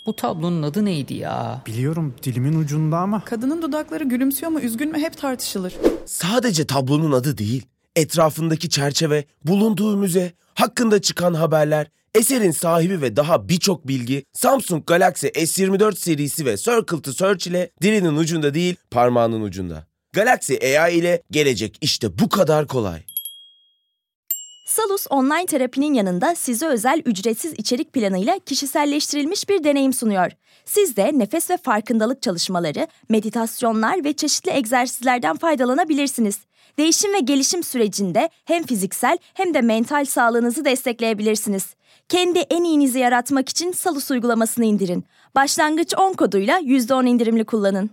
Bu tablonun adı neydi ya? Biliyorum, dilimin ucunda ama. Kadının dudakları gülümsüyor mu, üzgün mü hep tartışılır. Sadece tablonun adı değil, etrafındaki çerçeve, bulunduğu müze, hakkında çıkan haberler, eserin sahibi ve daha birçok bilgi Samsung Galaxy S24 serisi ve Circle to Search ile dilinin ucunda değil, parmağının ucunda. Galaxy AI ile gelecek işte bu kadar kolay. Salus online terapinin yanında size özel ücretsiz içerik planıyla kişiselleştirilmiş bir deneyim sunuyor. Siz de nefes ve farkındalık çalışmaları, meditasyonlar ve çeşitli egzersizlerden faydalanabilirsiniz. Değişim ve gelişim sürecinde hem fiziksel hem de mental sağlığınızı destekleyebilirsiniz. Kendi en iyinizi yaratmak için Salus uygulamasını indirin. Başlangıç 10 koduyla %10 indirimli kullanın.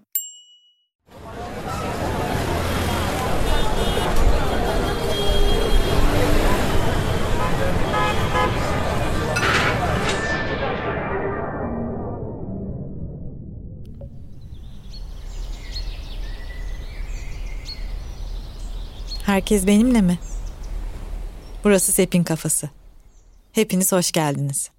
Herkes benimle mi? Burası Sepin Kafası. Hepiniz hoş geldiniz.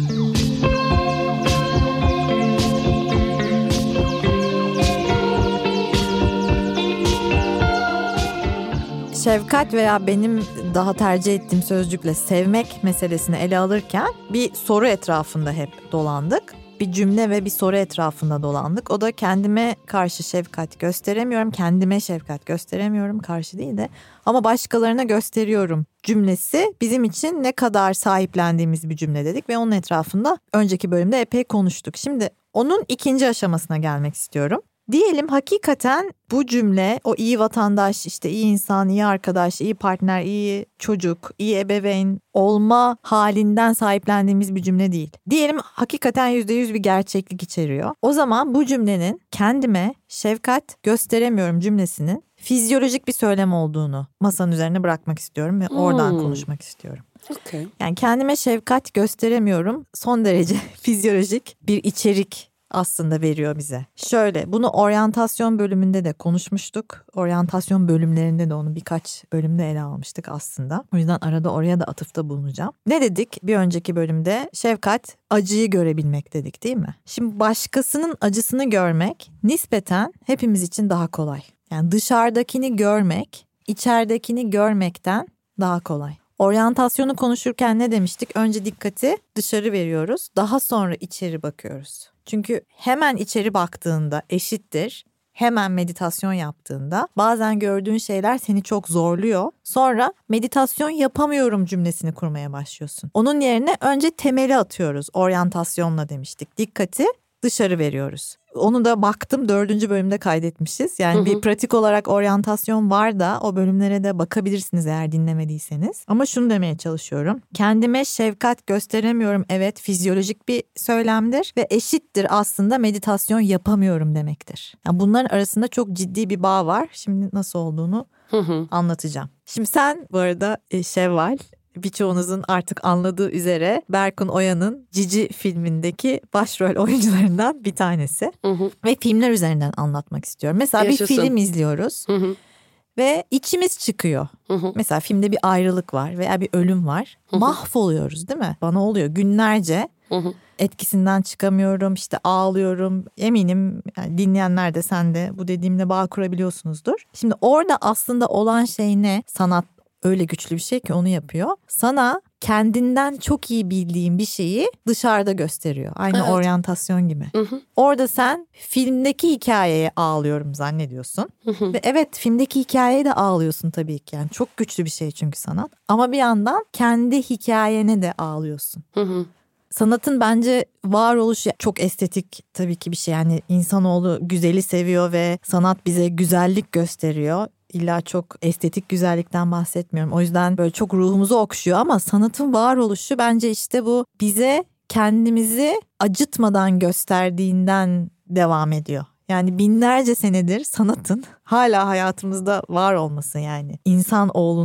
Şefkat veya benim daha tercih ettiğim sözcükle sevmek meselesini ele alırken bir soru etrafında hep dolandık. Bir cümle ve bir soru etrafında dolandık. O da kendime karşı şefkat gösteremiyorum. Kendime şefkat gösteremiyorum. Karşı değil de ama başkalarına gösteriyorum cümlesi bizim için ne kadar sahiplendiğimiz bir cümle dedik. Ve onun etrafında önceki bölümde epey konuştuk. Şimdi onun ikinci aşamasına gelmek istiyorum. Diyelim hakikaten bu cümle o iyi vatandaş, işte iyi insan, iyi arkadaş, iyi partner, iyi çocuk, iyi ebeveyn olma halinden sahiplendiğimiz bir cümle değil. Diyelim hakikaten %100 bir gerçeklik içeriyor. O zaman bu cümlenin kendime şefkat gösteremiyorum cümlesinin fizyolojik bir söylem olduğunu masanın üzerine bırakmak istiyorum ve oradan konuşmak istiyorum. Okay. Yani kendime şefkat gösteremiyorum son derece fizyolojik bir içerik aslında veriyor bize. Şöyle, bunu oryantasyon bölümünde de konuşmuştuk. Oryantasyon bölümlerinde de onu birkaç bölümde ele almıştık aslında. O yüzden arada oraya da atıfta bulunacağım. Ne dedik bir önceki bölümde? Şefkat, acıyı görebilmek dedik değil mi? Şimdi başkasının acısını görmek nispeten hepimiz için daha kolay. Yani dışarıdakini görmek, içeridekini görmekten daha kolay. Oryantasyonu konuşurken ne demiştik? Önce dikkati dışarı veriyoruz, daha sonra içeri bakıyoruz. Çünkü hemen içeri baktığında eşittir, hemen meditasyon yaptığında bazen gördüğün şeyler seni çok zorluyor. Sonra meditasyon yapamıyorum cümlesini kurmaya başlıyorsun. Onun yerine önce temeli atıyoruz, oryantasyonla demiştik. Dikkati dışarı veriyoruz. Onu da baktım 4. bölümde kaydetmişiz. Yani bir pratik olarak oryantasyon var da o bölümlere de bakabilirsiniz eğer dinlemediyseniz. Ama şunu demeye çalışıyorum. Kendime şefkat gösteremiyorum, evet, fizyolojik bir söylemdir ve eşittir aslında meditasyon yapamıyorum demektir. Yani bunların arasında çok ciddi bir bağ var. Şimdi nasıl olduğunu anlatacağım. Şimdi sen bu arada Şevval, birçoğunuzun artık anladığı üzere Berkun Oya'nın Cici filmindeki başrol oyuncularından bir tanesi. Ve filmler üzerinden anlatmak istiyorum. Mesela bir film izliyoruz ve içimiz çıkıyor. Mesela filmde bir ayrılık var veya bir ölüm var. Mahvoluyoruz değil mi? Bana oluyor günlerce. Etkisinden çıkamıyorum, işte ağlıyorum. Eminim yani dinleyenler de sen de bu dediğimle bağ kurabiliyorsunuzdur. Şimdi orada aslında olan şey ne? Sanat öyle güçlü bir şey ki onu yapıyor. Sana kendinden çok iyi bildiğin bir şeyi dışarıda gösteriyor. Aynı oryantasyon gibi. Orada sen filmdeki hikayeye ağlıyorum zannediyorsun. Ve evet, filmdeki hikayeye de ağlıyorsun tabii ki. Yani çok güçlü bir şey çünkü sanat. Ama bir yandan kendi hikayene de ağlıyorsun. Sanatın bence varoluşu çok estetik tabii ki bir şey. Yani insanoğlu güzeli seviyor ve sanat bize güzellik gösteriyor. İlla çok estetik güzellikten bahsetmiyorum. O yüzden böyle çok ruhumuzu okşuyor ama sanatın varoluşu bence işte bu bize kendimizi acıtmadan gösterdiğinden devam ediyor. Yani binlerce senedir sanatın hala hayatımızda var olması, yani insanoğlunun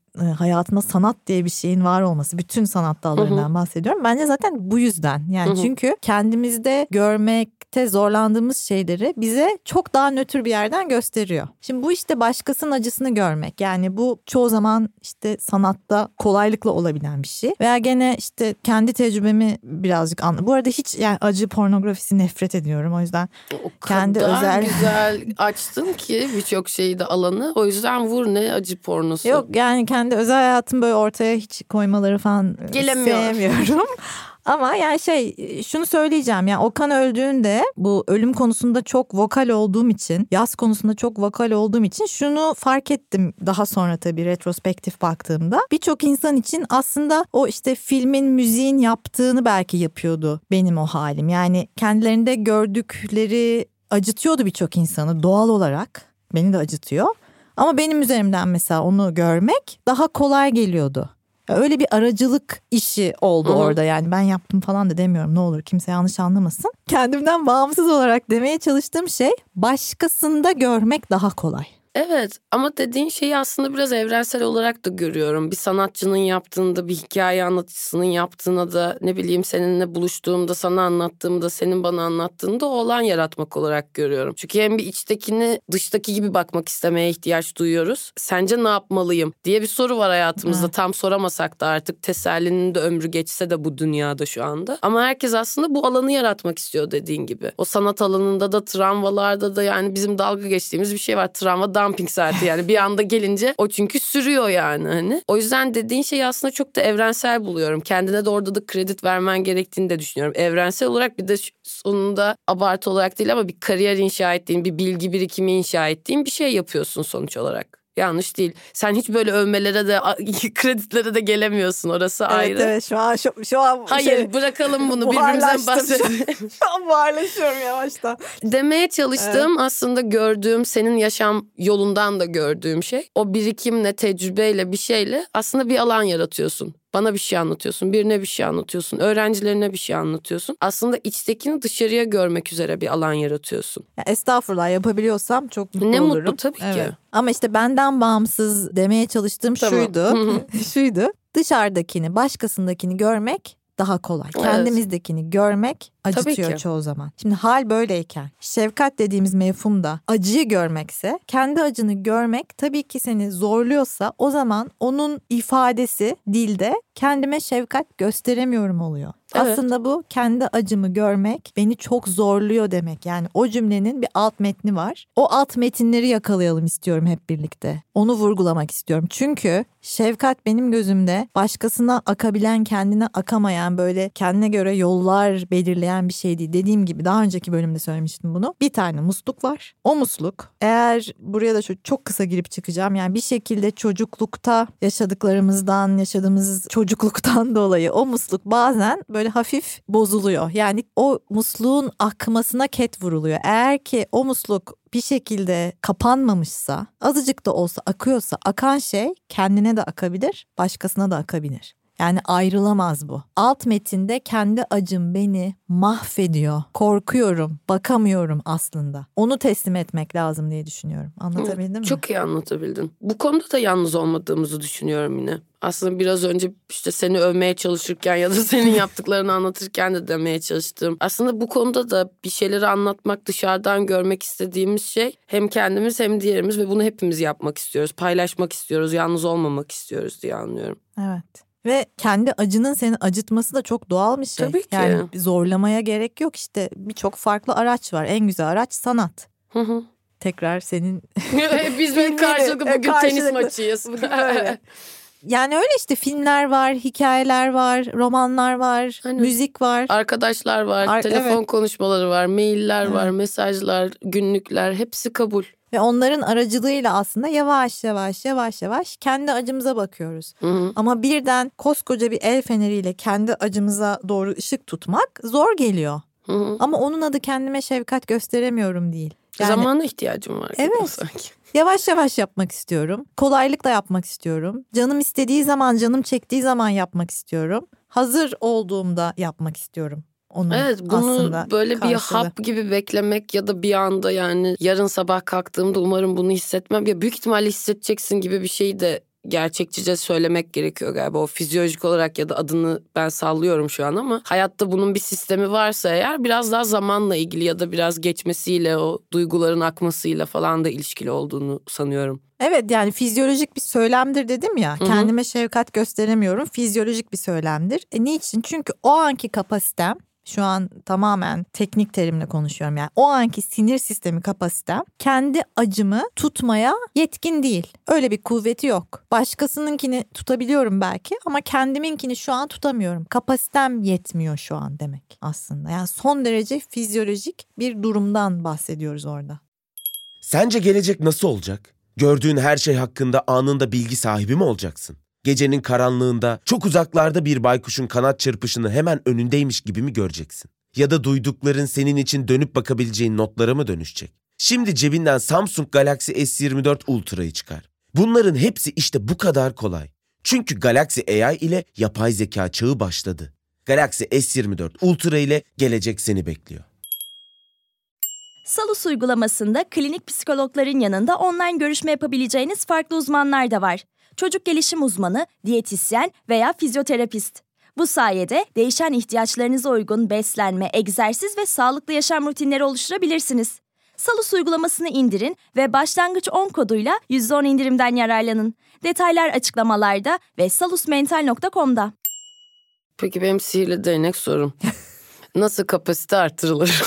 hayatında sanat diye bir şeyin var olması, bütün sanat dallarından bahsediyorum. Bence zaten bu yüzden. Yani çünkü kendimizde görmekte zorlandığımız şeyleri bize çok daha nötr bir yerden gösteriyor. Şimdi bu işte başkasının acısını görmek. Yani bu çoğu zaman işte sanatta kolaylıkla olabilen bir şey. Veya gene işte kendi tecrübemi birazcık Bu arada hiç yani acı pornografisi nefret ediyorum. O yüzden kendi özel güzel açtın ki birçok şeyi de alanı. O yüzden vur ne acı pornosu. Yok yani kendi özel hayatım böyle ortaya hiç koymaları falan sevmiyorum. Ama yani şunu söyleyeceğim, yani Okan öldüğünde bu ölüm konusunda çok vokal olduğum için, yaz konusunda çok vokal olduğum için şunu fark ettim daha sonra tabii retrospektif baktığımda. Birçok insan için aslında o işte filmin, müziğin yaptığını belki yapıyordu benim o halim. Yani kendilerinde gördükleri acıtıyordu birçok insanı doğal olarak. Beni de acıtıyor. Ama benim üzerimden mesela onu görmek daha kolay geliyordu. Öyle bir aracılık işi oldu orada, yani ben yaptım falan da demiyorum, ne olur kimse yanlış anlamasın. Kendimden bağımsız olarak demeye çalıştığım şey, başkasında görmek daha kolay. Evet, ama dediğin şeyi aslında biraz evrensel olarak da görüyorum. Bir sanatçının yaptığında, bir hikaye anlatıcısının yaptığına da, ne bileyim seninle buluştuğumda, sana anlattığımda, senin bana anlattığında o olan yaratmak olarak görüyorum. Çünkü hem bir içtekini dıştaki gibi bakmak istemeye ihtiyaç duyuyoruz. Sence ne yapmalıyım diye bir soru var hayatımızda. Tam soramasak da artık, tesellinin de ömrü geçse de bu dünyada şu anda. Ama herkes aslında bu alanı yaratmak istiyor dediğin gibi. O sanat alanında da, travmalarda da, yani bizim dalga geçtiğimiz bir şey var. Travma dumping saati, yani bir anda gelince o çünkü sürüyor yani hani. O yüzden dediğin şeyi aslında çok da evrensel buluyorum. Kendine de orada da kredi vermen gerektiğini de düşünüyorum. Evrensel olarak, bir de sonunda abartı olarak değil ama bir kariyer inşa ettiğin, bir bilgi birikimi inşa ettiğin bir şey yapıyorsun sonuç olarak. Yanlış değil. Sen hiç böyle övmelere de kreditlere de gelemiyorsun, orası ayrı. Evet şu an hayır, bırakalım bunu, birbirimizden bahsedelim. Şu an buharlaşıyorum yavaştan. Demeye çalıştığım aslında gördüğüm, senin yaşam yolundan da gördüğüm şey, o birikimle, tecrübeyle, bir şeyle aslında bir alan yaratıyorsun. Bana bir şey anlatıyorsun, birine bir şey anlatıyorsun, öğrencilerine bir şey anlatıyorsun. Aslında içtekini dışarıya görmek üzere bir alan yaratıyorsun. Ya estağfurullah, yapabiliyorsam çok mutlu ne olurum. Ne mutlu tabii ki. Ama işte benden bağımsız demeye çalıştığım şuydu. Dışarıdakini, başkasındakini görmek daha kolay. Evet. Kendimizdekini görmek acıtıyor çoğu zaman. Şimdi hal böyleyken, şefkat dediğimiz mefhumda acıyı görmekse, kendi acını görmek tabii ki seni zorluyorsa, o zaman onun ifadesi dilde kendime şefkat gösteremiyorum oluyor. Evet. Aslında bu kendi acımı görmek beni çok zorluyor demek. Yani o cümlenin bir alt metni var. O alt metinleri yakalayalım istiyorum hep birlikte. Onu vurgulamak istiyorum. Çünkü şefkat benim gözümde başkasına akabilen, kendine akamayan, böyle kendine göre yollar belirleyen bir şey değil. Dediğim gibi daha önceki bölümde söylemiştim bunu. Bir tane musluk var. O musluk, eğer buraya da çok kısa girip çıkacağım. Yani bir şekilde çocuklukta yaşadığımız çocukluktan dolayı o musluk bazen böyle hafif bozuluyor. Yani o musluğun akmasına ket vuruluyor. Eğer ki o musluk bir şekilde kapanmamışsa, azıcık da olsa akıyorsa, akan şey kendine de akabilir, başkasına da akabilir. Yani ayrılamaz bu. Alt metinde kendi acım beni mahvediyor. Korkuyorum, bakamıyorum aslında. Onu teslim etmek lazım diye düşünüyorum. Anlatabildim mi? Çok iyi anlatabildin. Bu konuda da yalnız olmadığımızı düşünüyorum yine. Aslında biraz önce işte seni övmeye çalışırken ya da senin yaptıklarını anlatırken de demeye çalıştığım. Aslında bu konuda da bir şeyleri anlatmak, dışarıdan görmek istediğimiz şey hem kendimiz hem diğerimiz ve bunu hepimiz yapmak istiyoruz. Paylaşmak istiyoruz, yalnız olmamak istiyoruz diye anlıyorum. Evet. Ve kendi acının seni acıtması da çok doğal bir şey. Tabii ki. Yani zorlamaya gerek yok, işte birçok farklı araç var. En güzel araç sanat. Tekrar senin... Biz karşılıklı bugün tenis maçıyız. Öyle. Yani öyle işte, filmler var, hikayeler var, romanlar var, müzik var. Arkadaşlar var, telefon konuşmaları var, mailler var, mesajlar, günlükler, hepsi kabul. Ve onların aracılığıyla aslında yavaş yavaş kendi acımıza bakıyoruz. Ama birden koskoca bir el feneriyle kendi acımıza doğru ışık tutmak zor geliyor. Ama onun adı kendime şefkat gösteremiyorum değil. Yani, zamana ihtiyacım var. Evet. Sanki. Yavaş yavaş yapmak istiyorum. Kolaylıkla yapmak istiyorum. Canım istediği zaman, canım çektiği zaman yapmak istiyorum. Hazır olduğumda yapmak istiyorum. Evet, bunu böyle bir hap gibi beklemek ya da bir anda, yani yarın sabah kalktığımda umarım bunu hissetmem, ya büyük ihtimalle hissedeceksin gibi bir şeyi de gerçekçice söylemek gerekiyor galiba. O fizyolojik olarak ya da adını ben sallıyorum şu an ama hayatta bunun bir sistemi varsa eğer biraz daha zamanla ilgili ya da biraz geçmesiyle o duyguların akmasıyla falan da ilişkili olduğunu sanıyorum. Evet, yani fizyolojik bir söylemdir dedim ya. Hı-hı. Kendime şefkat gösteremiyorum. Fizyolojik bir söylemdir. Niçin? Çünkü o anki kapasitem, şu an tamamen teknik terimle konuşuyorum, yani o anki sinir sistemi kapasitem kendi acımı tutmaya yetkin değil. Öyle bir kuvveti yok. Başkasınınkini tutabiliyorum belki ama kendiminkini şu an tutamıyorum. Kapasitem yetmiyor şu an demek aslında. Yani son derece fizyolojik bir durumdan bahsediyoruz orada. Sence gelecek nasıl olacak? Gördüğün her şey hakkında anında bilgi sahibi mi olacaksın? Gecenin karanlığında çok uzaklarda bir baykuşun kanat çırpışını hemen önündeymiş gibi mi göreceksin? Ya da duydukların senin için dönüp bakabileceğin notlara mı dönüşecek? Şimdi cebinden Samsung Galaxy S24 Ultra'yı çıkar. Bunların hepsi işte bu kadar kolay. Çünkü Galaxy AI ile yapay zeka çağı başladı. Galaxy S24 Ultra ile gelecek seni bekliyor. Salus uygulamasında klinik psikologların yanında online görüşme yapabileceğiniz farklı uzmanlar da var. Çocuk gelişim uzmanı, diyetisyen veya fizyoterapist. Bu sayede değişen ihtiyaçlarınıza uygun beslenme, egzersiz ve sağlıklı yaşam rutinleri oluşturabilirsiniz. Salus uygulamasını indirin ve başlangıç 10 koduyla %10 indirimden yararlanın. Detaylar açıklamalarda ve salusmental.com'da. Peki benim sihirli değnek sorum. Nasıl kapasite artırılır?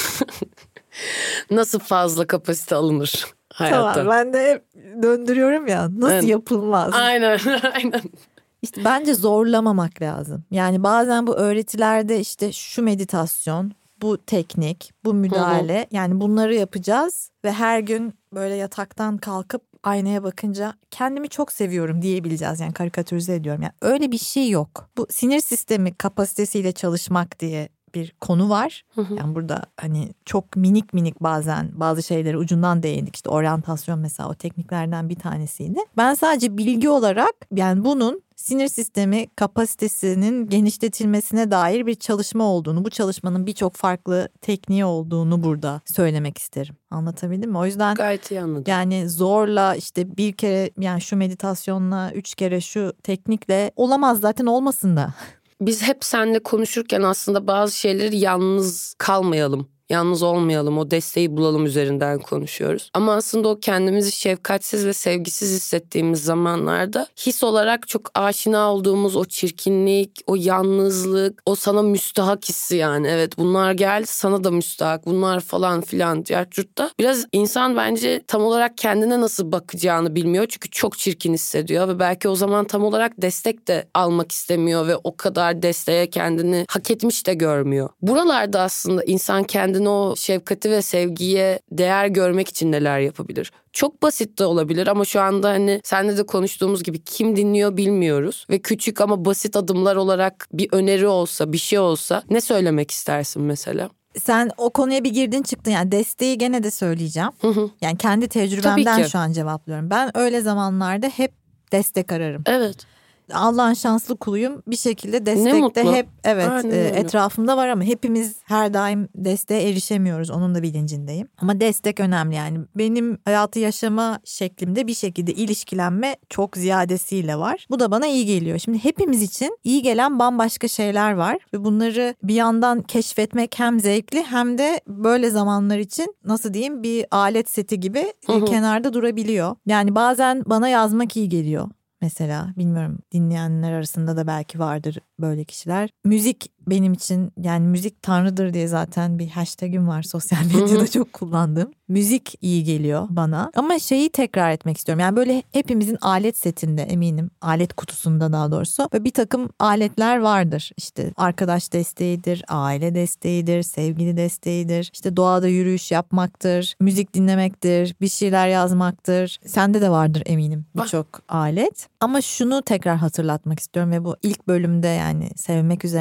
Nasıl fazla kapasite alınır hayatta? Tamam, ben de hep döndürüyorum ya, nasıl Evet. yapılmaz? Aynen, aynen. İşte bence zorlamamak lazım. Yani bazen bu öğretilerde işte şu meditasyon, bu teknik, bu müdahale, yani bunları yapacağız ve her gün böyle yataktan kalkıp aynaya bakınca kendimi çok seviyorum diyebileceğiz. Yani karikatürize ediyorum. Yani öyle bir şey yok. Bu sinir sistemi kapasitesiyle çalışmak diye bir konu var. Yani burada hani çok minik minik bazen bazı şeyleri ucundan değindik. İşte oryantasyon mesela o tekniklerden bir tanesiydi. Ben sadece bilgi olarak yani bunun sinir sistemi kapasitesinin genişletilmesine dair bir çalışma olduğunu, bu çalışmanın birçok farklı tekniği olduğunu burada söylemek isterim. Anlatabildim mi? O yüzden gayet iyi anladım. Yani zorla işte bir kere yani şu meditasyonla 3 kere şu teknikle olamaz, zaten olmasın da. Biz hep seninle konuşurken aslında bazı şeyleri yalnız kalmayalım, yalnız olmayalım, o desteği bulalım üzerinden konuşuyoruz. Ama aslında o kendimizi şefkatsiz ve sevgisiz hissettiğimiz zamanlarda his olarak çok aşina olduğumuz o çirkinlik, o yalnızlık, o sana müstahak hissi yani. Evet, bunlar geldi, sana da müstahak, bunlar falan filan da biraz insan bence tam olarak kendine nasıl bakacağını bilmiyor. Çünkü çok çirkin hissediyor ve belki o zaman tam olarak destek de almak istemiyor ve o kadar desteğe kendini hak etmiş de görmüyor. Buralarda aslında insan kendini o şefkati ve sevgiye değer görmek için neler yapabilir? Çok basit de olabilir ama şu anda hani seninle de konuştuğumuz gibi kim dinliyor bilmiyoruz. Ve küçük ama basit adımlar olarak bir öneri olsa, bir şey olsa ne söylemek istersin mesela? Sen o konuya bir girdin çıktın, yani desteği gene de söyleyeceğim. Yani kendi tecrübemden şu an cevaplıyorum. Ben öyle zamanlarda hep destek ararım. Evet. Allah'ın şanslı kuluyum. Bir şekilde destekte hep etrafımda var ama hepimiz her daim desteğe erişemiyoruz. Onun da bilincindeyim. Ama destek önemli yani. Benim hayatı yaşama şeklimde bir şekilde ilişkilenme çok ziyadesiyle var. Bu da bana iyi geliyor. Şimdi hepimiz için iyi gelen bambaşka şeyler var ve bunları bir yandan keşfetmek hem zevkli hem de böyle zamanlar için nasıl diyeyim bir alet seti gibi kenarda durabiliyor. Yani bazen bana yazmak iyi geliyor. Mesela bilmiyorum, dinleyenler arasında da belki vardır böyle kişiler. Müzik benim için, yani müzik tanrıdır diye zaten bir hashtag'im var sosyal medyada çok kullandığım. Müzik iyi geliyor bana ama şeyi tekrar etmek istiyorum. Yani böyle hepimizin alet setinde, eminim alet kutusunda daha doğrusu ve bir takım aletler vardır. İşte arkadaş desteğidir, aile desteğidir, sevgili desteğidir. İşte doğada yürüyüş yapmaktır, müzik dinlemektir, bir şeyler yazmaktır. Sende de vardır eminim birçok alet. Ama şunu tekrar hatırlatmak istiyorum ve bu ilk bölümde yani sevmek üzerine yaptığım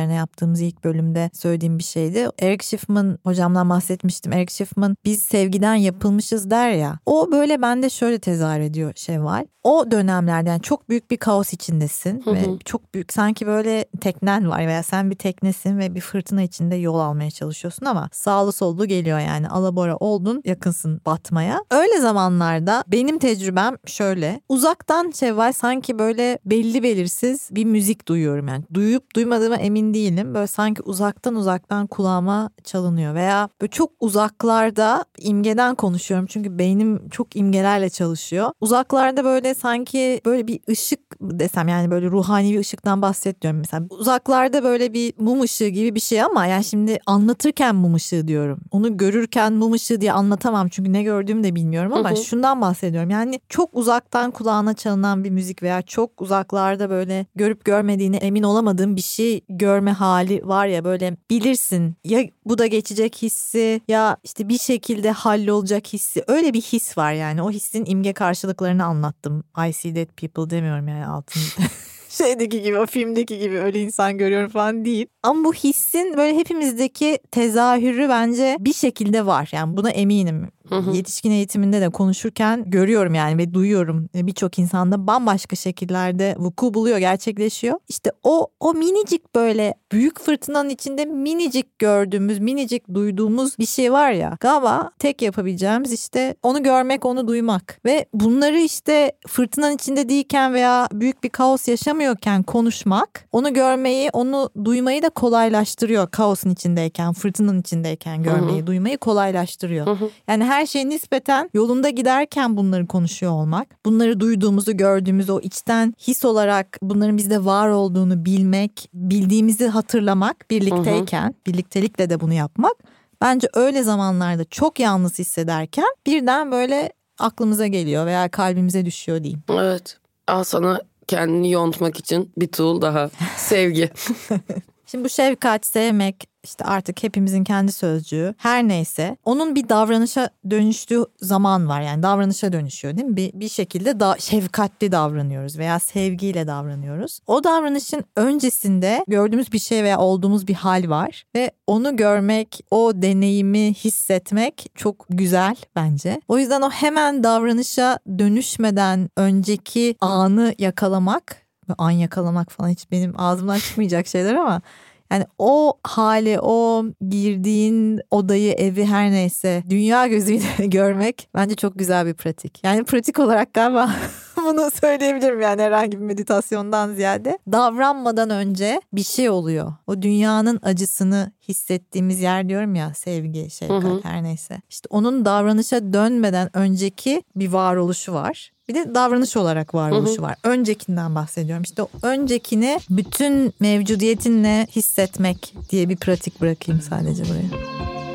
yaptığımız ilk bölümde söylediğim bir şeydi. Eric Schiffman hocamdan bahsetmiştim. Eric Schiffman biz sevgiden yapılmışız der ya. O böyle bende şöyle tezahür ediyor Şevval. O dönemlerden yani çok büyük bir kaos içindesin ve çok büyük sanki böyle teknen var veya sen bir teknesin ve bir fırtına içinde yol almaya çalışıyorsun ama sağlı sollu geliyor yani alabora oldun yakınsın batmaya. Öyle zamanlarda benim tecrübem şöyle uzaktan Şevval sanki böyle belli belirsiz bir müzik duyuyorum yani duyup duymadığıma emin değilim böyle sanki uzaktan kulağıma çalınıyor veya böyle çok uzaklarda imgeden konuşuyorum çünkü beynim çok imgelerle çalışıyor. Uzaklarda böyle sanki böyle bir ışık desem yani böyle ruhani bir ışıktan bahsetmiyorum. Mesela uzaklarda böyle bir mum ışığı gibi bir şey ama yani şimdi anlatırken mum ışığı diyorum. Onu görürken mum ışığı diye anlatamam çünkü ne gördüğümü de bilmiyorum ama şundan bahsediyorum. Yani çok uzaktan kulağına çalınan bir müzik veya çok uzaklarda böyle görüp görmediğine emin olamadığın bir şey görme hali var ya böyle bilirsin ya bu da geçecek hissi ya işte bir şekilde hallolacak hissi öyle bir his var yani o hissin imge karşılıklarını anlattım. I see dead people demiyorum yani altında. Şeydeki gibi o filmdeki gibi öyle insan görüyorum falan değil. Ama bu hissin böyle hepimizdeki tezahürü bence bir şekilde var. Yani buna eminim. Yetişkin eğitiminde de konuşurken görüyorum yani ve duyuyorum. Birçok insanda bambaşka şekillerde vuku buluyor, gerçekleşiyor. İşte o minicik böyle büyük fırtınanın içinde minicik gördüğümüz, minicik duyduğumuz bir şey var ya. Galiba tek yapabileceğimiz işte onu görmek, onu duymak. Ve bunları işte fırtınanın içinde değilken veya büyük bir kaos yaşamıyorken konuşmak, onu görmeyi, onu duymayı da kolaylaştırıyor. Kaosun içindeyken, fırtınanın içindeyken görmeyi, duymayı kolaylaştırıyor. Yani her şey nispeten yolunda giderken bunları konuşuyor olmak, bunları duyduğumuzu, gördüğümüzü o içten his olarak bunların bizde var olduğunu bilmek, bildiğimizi hatırlamak birlikteyken, birliktelikle de bunu yapmak. Bence öyle zamanlarda çok yalnız hissederken birden böyle aklımıza geliyor veya kalbimize düşüyor diyeyim. Evet. Al sana kendini yontmak için bir tool daha. Sevgi. Şimdi bu şefkat, sevmek işte artık hepimizin kendi sözcüğü her neyse onun bir davranışa dönüştüğü zaman var yani davranışa dönüşüyor değil mi? Bir şekilde şefkatli davranıyoruz veya sevgiyle davranıyoruz. O davranışın öncesinde gördüğümüz bir şey veya olduğumuz bir hal var ve onu görmek, o deneyimi hissetmek çok güzel bence. O yüzden o hemen davranışa dönüşmeden önceki anı yakalamak, an yakalamak falan hiç benim ağzımdan çıkmayacak şeyler ama yani o hali, o girdiğin odayı, evi her neyse dünya gözüyle görmek bence çok güzel bir pratik. Yani pratik olarak galiba bunu söyleyebilirim yani herhangi bir meditasyondan ziyade. Davranmadan önce bir şey oluyor. O dünyanın acısını hissettiğimiz yer diyorum ya, sevgi, şefkat her neyse. İşte onun davranışa dönmeden önceki bir varoluşu var. Bir de davranış olarak varoluşu var. Öncekinden bahsediyorum. İşte o öncekini bütün mevcudiyetinle hissetmek diye bir pratik bırakayım sadece buraya.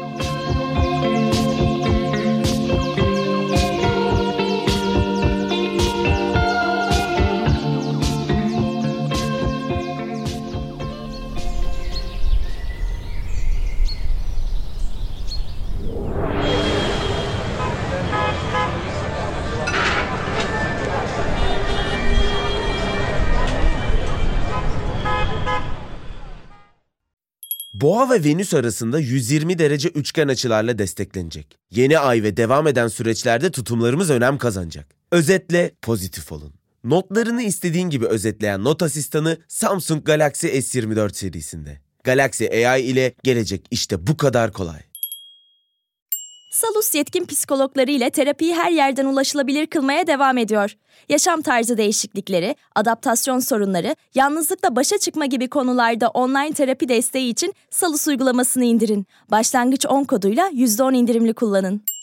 Boğa ve Venüs arasında 120 derece üçgen açılarla desteklenecek. Yeni ay ve devam eden süreçlerde tutumlarımız önem kazanacak. Özetle pozitif olun. Notlarını istediğin gibi özetleyen not asistanı Samsung Galaxy S24 serisinde. Galaxy AI ile gelecek işte bu kadar kolay. Salus yetkin psikologları ile terapiyi her yerden ulaşılabilir kılmaya devam ediyor. Yaşam tarzı değişiklikleri, adaptasyon sorunları, yalnızlıkla başa çıkma gibi konularda online terapi desteği için Salus uygulamasını indirin. Başlangıç 10 koduyla %10 indirimli kullanın.